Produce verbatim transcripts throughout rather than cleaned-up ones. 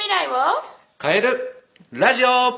未来を変えるラジオ。はい、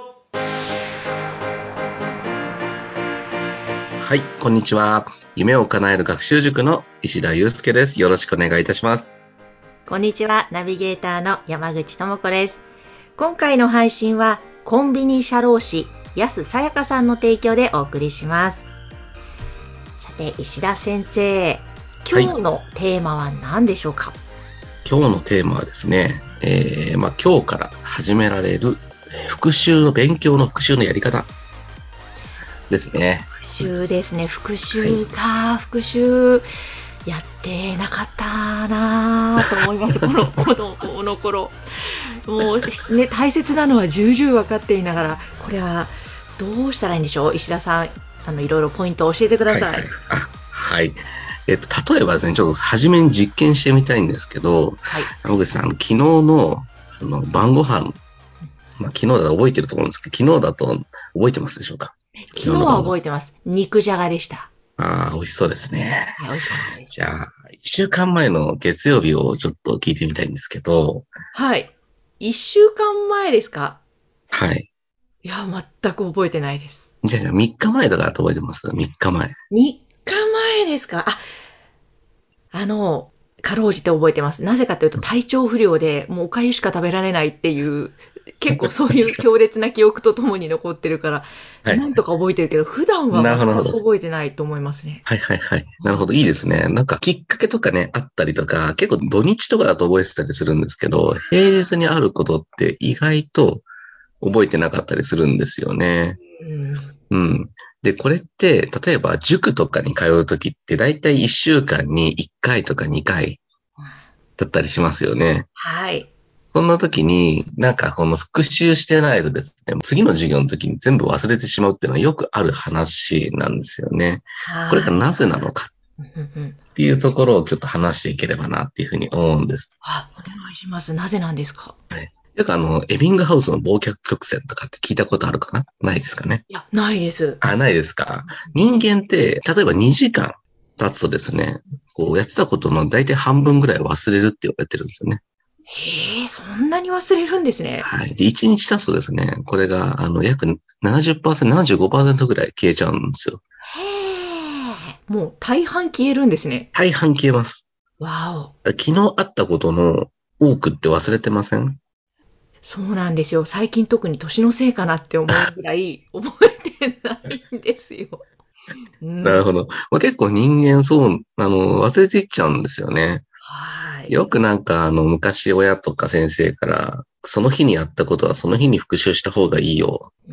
こんにちは。夢を叶える学習塾の石田祐介です。よろしくお願いいたします。 こんにちは、ナビゲーターの山口智子です。今回の配信はコンビニ社労士安さやかさんの提供でお送りします。さて石田先生、今日のテーマは何でしょうか？はい、 今日のテーマはですね、えーまあ、今日から始められる復習の勉強の復習のやり方ですね。 復習ですね。復習か、はい、復習やってなかったなと思います。この子供の頃。もうね、大切なのは重々分かっていながら、これはどうしたらいいんでしょう？石田さん、あのいろいろポイントを教えてください。はい、はい、 あ、はい。えっと、例えばですね、ちょっと初めに実験してみたいんですけど、はい、山口さん、昨日の、あの晩ご飯、まあ、昨日だと覚えてると思うんですけど、昨日だと覚えてますでしょうか？ 昨日は覚えてます。肉じゃがでした。 ああ、美味しそうですね。 はい、美味しかったです。 じゃあ、いっしゅうかんまえの月曜日をちょっと聞いてみたいんですけど。 はい。いっしゅうかんまえですか？ はい。 いや、全く覚えてないです。 じゃあ、じゃあみっかまえだから覚えてます？ みっ 日前。 みっかまえですか？あ、あの、かろうじて覚えてます。なぜかというと体調不良でもうお粥しか食べられないっていう、結構そういう強烈な記憶とともに残ってるから、はい、なんとか覚えてるけど、普段は全く覚えてないと思いますね。 はいはいはい。なるほど。いいですね。なんかきっかけとかね、あったりとか、結構土日とかだと覚えてたりするんですけど、平日にあることって意外と覚えてなかったりするんですよね。うん。うん。で、これって、例えば塾とかに通うときってだいたいいっしゅうかんにいっかいとかにかいだったりしますよね。 はい。 そんな時に、なんかこの復習してないとですね、次の授業の時に全部忘れてしまうっていうのはよくある話なんですよね。これがなぜなのかっていうところをちょっと話していければなっていうふうに思うんです。 あ、お願いします。なぜなんですか？ はい。よくあの、エビングハウスの忘却曲線とかって聞いたことあるかな？ないですかね？ いや、ないです。 あ、ないですか？人間って、例えばにじかん経つとですね、こうやってたことの大体半分ぐらい忘れるって言われてるんですよね。 へえ、そんなに忘れるんですね。 はい。で、いちにち経つとですね、これが、あの、約ななじゅっパーセント、ななじゅうごパーセント ぐらい消えちゃうんですよ。 へえ。もう大半消えるんですね。 大半消えます。 わお。 昨日あったことの多くって忘れてません？ そうなんですよ。最近特に年のせいかなって思うぐらい覚えてないんですよ。うん、 なるほど。まあ、結構人間そう、あの、忘れていっちゃうんですよね。 はい。 よくなんか、あの、昔親とか先生から、その日にやったことはその日に復習した方がいいよ。うん、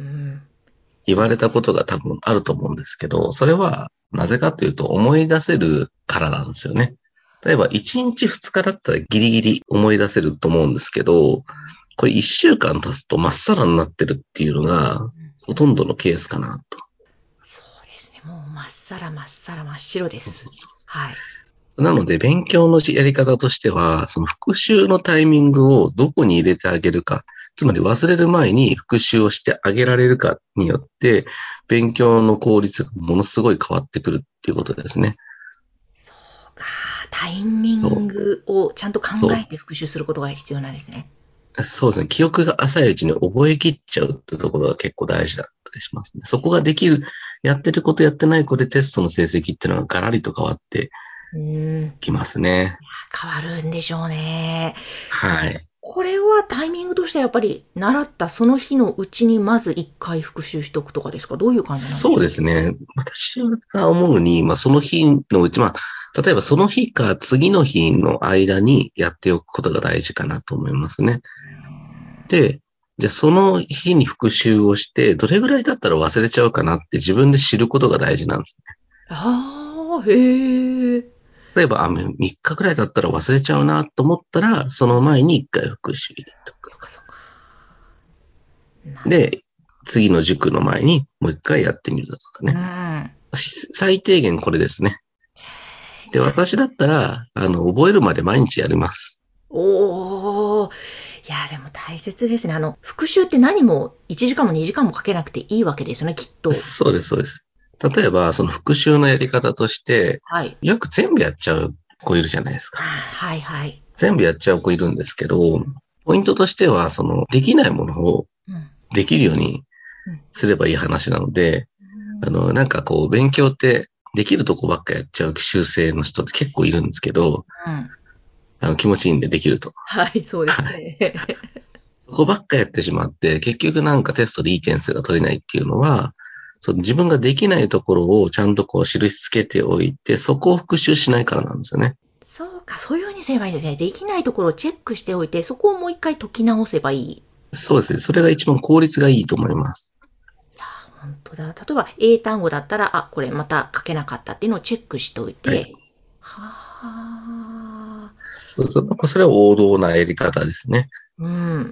言われたことが多分あると思うんですけど、それはなぜかというと思い出せるからなんですよね。例えばいちにちふつかだったらギリギリ思い出せると思うんですけど、これいっしゅうかん経つとまっさらになってるっていうのがほとんどのケースかなと。 そうですね。もうまっさらまっさら真っ白です。はい。 なので勉強のやり方としては、その復習のタイミングをどこに入れてあげるか。つまり忘れる前に復習をしてあげられるかによって、勉強の効率がものすごい変わってくるっていうことですね。 そうか。タイミングをちゃんと考えて復習することが必要なんですね。 そうですね。記憶が浅いうちに覚えきっちゃうってところが結構大事だったりしますね。そこができる、やってることやってない子でテストの成績っていうのはガラリと変わってきますね。 変わるんでしょうね。 はい。 これはタイミングとしてはやっぱり習ったその日のうちにまず一回復習しておくとかですか？どういう感じなんでしょう？ そうですね。私が思うに、まあその日のうち、まあ、例えばその日か次の日の間にやっておくことが大事かなと思いますね。で、じゃあその日に復習をして、どれぐらいだったら忘れちゃうかなって自分で知ることが大事なんですね。 ああ、へえ。 例えば、あ、みっかぐらいだったら忘れちゃうなと思ったら、その前にいっかい復習入れておく。 そっかそっか。 で、次の塾の前にもういっかいやってみるとかね。うん、最低限これですね。で、私だったら、あの、覚えるまで毎日やります。 おー。いや、でも大切ですね。あの、復習って何もいちじかんもにじかんもかけなくていいわけですよね、きっと。 そうです、そうです。例えば、その復習のやり方として、はい、よく全部やっちゃう子いるじゃないですか。 はいはい。 全部やっちゃう子いるんですけど、 ポイントとしては、その、できないものをできるようにすればいい話なので、あの、なんかこう、勉強ってできるとこばっかやっちゃう習性の人って結構いるんですけど、うん、あの気持ちいいんでできると。 はい、そうですね。 そこばっかやってしまって、結局なんかテストでいい点数が取れないっていうのは、その自分ができないところをちゃんとこう印つけておいて、そこを復習しないからなんですよね。 そうか、そういうふうにすればいいんですね。できないところをチェックしておいて、そこをもう一回解き直せばいい。 そうですね。それが一番効率がいいと思います。 いや、本当だ。例えば、英単語だったら、あ、これまた書けなかったっていうのをチェックしておいて、はい。はあ。そうそう。それは王道なやり方ですね。 うん。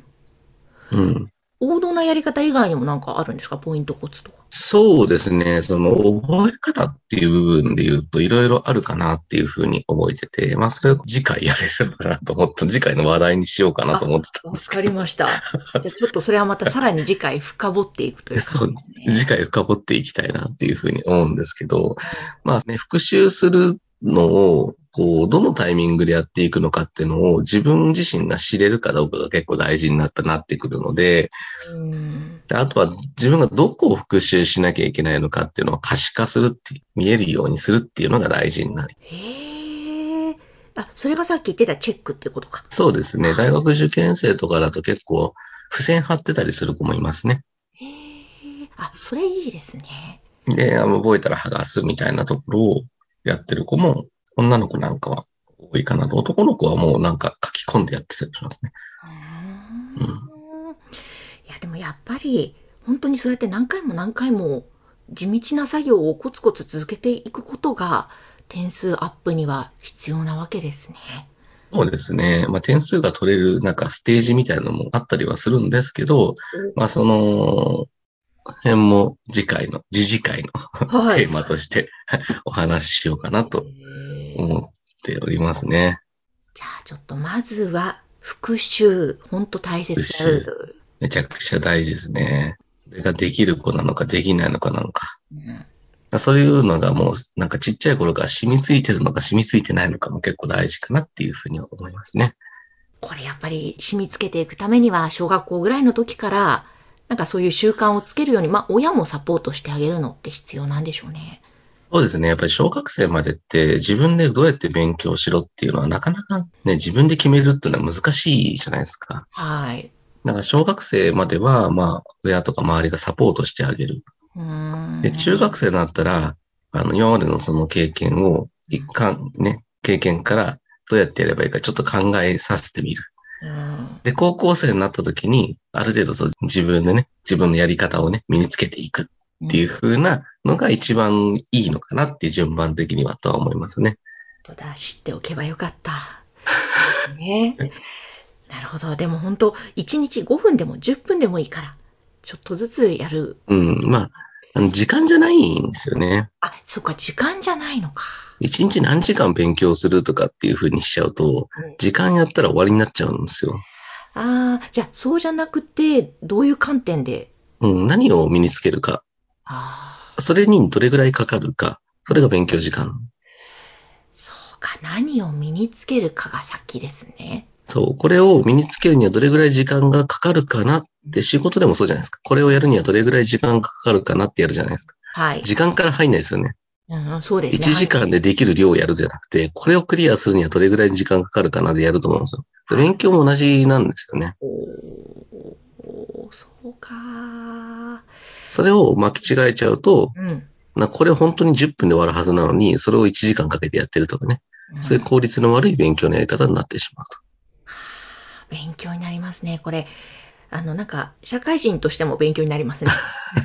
うん。 王道なやり方以外にも何かあるんですか？ポイントコツとか。 そうですね。その、覚え方っていう部分で言うと、いろいろあるかなっていうふうに覚えてて、まあ、それを次回やれるかなと思った、次回の話題にしようかなと思ってたんですけど。 わかりました。じゃあちょっとそれはまたさらに次回深掘っていくという感じですね。 そう、次回深掘っていきたいなっていうふうに思うんですけど、まあね、復習するのを、こう、どのタイミングでやっていくのかっていうのを自分自身が知れるかどうかが結構大事になったなってくるので、うんであとは自分がどこを復習しなきゃいけないのかっていうのを可視化するって、見えるようにするっていうのが大事になる。 へえ。あ、それがさっき言ってたチェックってことか。 そうですね。大学受験生とかだと結構付箋貼ってたりする子もいますね。 へえ。あ、それいいですね。 で、覚えたら剥がすみたいなところをやってる子も、女の子なんかは多いかなと。男の子はもうなんか書き込んでやってたりしますね。 うーん。うん、いや、でもやっぱり、本当にそうやって何回も何回も地道な作業をコツコツ続けていくことが、点数アップには必要なわけですね。 そうですね。まあ、点数が取れるなんかステージみたいなのもあったりはするんですけど、まあ、その、辺も次回の、次次回の、はい、テーマとしてお話ししようかなと思っておりますね。 じゃあちょっとまずは復習、本当大切だよ。復習。 めちゃくちゃ大事ですね。それができる子なのかできないのかなのか。うん、そういうのがもうなんかちっちゃい頃から染みついてるのか染みついてないのかも結構大事かなっていうふうに思いますね。 これやっぱり染みつけていくためには小学校ぐらいの時からなんかそういう習慣をつけるように、まあ親もサポートしてあげるのって必要なんでしょうね。 そうですね。やっぱり小学生までって自分でどうやって勉強しろっていうのはなかなかね、自分で決めるっていうのは難しいじゃないですか。はい。だから小学生までは、まあ、親とか周りがサポートしてあげる。で、中学生になったら、あの、今までのその経験を、一貫ね、経験からどうやってやればいいかちょっと考えさせてみる。で、高校生になった時に、ある程度そう自分でね、自分のやり方をね、身につけていくっていう風なのが一番いいのかなって順番的にはとは思いますね。 本当だ、知っておけばよかった。ね。なるほど。でも本当、いちにちごふんでもじゅっぷんでもいいから、ちょっとずつやる。 うん、まあ、あの時間じゃないんですよね。 あ、そっか、時間じゃないのか。 一日何時間勉強するとかっていう風にしちゃうと、うん、時間やったら終わりになっちゃうんですよ。 ああ、じゃあ、そうじゃなくて、どういう観点で？ うん、何を身につけるか。ああ。それにどれぐらいかかるか。それが勉強時間。 そうか、何を身につけるかが先ですね。 そう、これを身につけるにはどれぐらい時間がかかるかなって仕事でもそうじゃないですか。これをやるにはどれぐらい時間がかかるかなってやるじゃないですか。はい。時間から入んないですよね。うん、そうですね。いちじかんでできる量をやるじゃなくて、これをクリアするにはどれぐらい時間かかるかなでやると思うんですよ。で勉強も同じなんですよね。おー、そうか。それを巻き違えちゃうと、うん、なこれ本当にじゅっぷんで終わるはずなのに、それをいちじかんかけてやってるとかね。うん、そういう効率の悪い勉強のやり方になってしまうと。勉強になりますね。これ、あの、なんか、社会人としても勉強になりますね。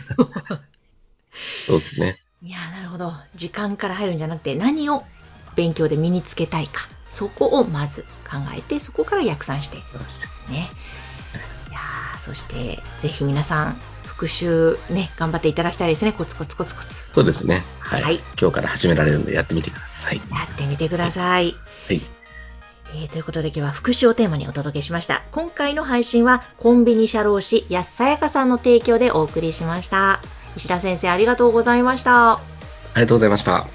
そうですね。いや、なるほど。時間から入るんじゃなくて、何を勉強で身につけたいか。そこをまず考えて、そこから逆算していくんですね。いやー、そして、ぜひ皆さん、復習ね、頑張っていただきたいですね。コツコツコツコツ。そうですね。はい。はい、今日から始められるんで、やってみてください。やってみてください。はい。えー、ということで今日は復習をテーマにお届けしました。今回の配信はコンビニ社労士安さやかさんの提供でお送りしました。石田先生ありがとうございました。ありがとうございました。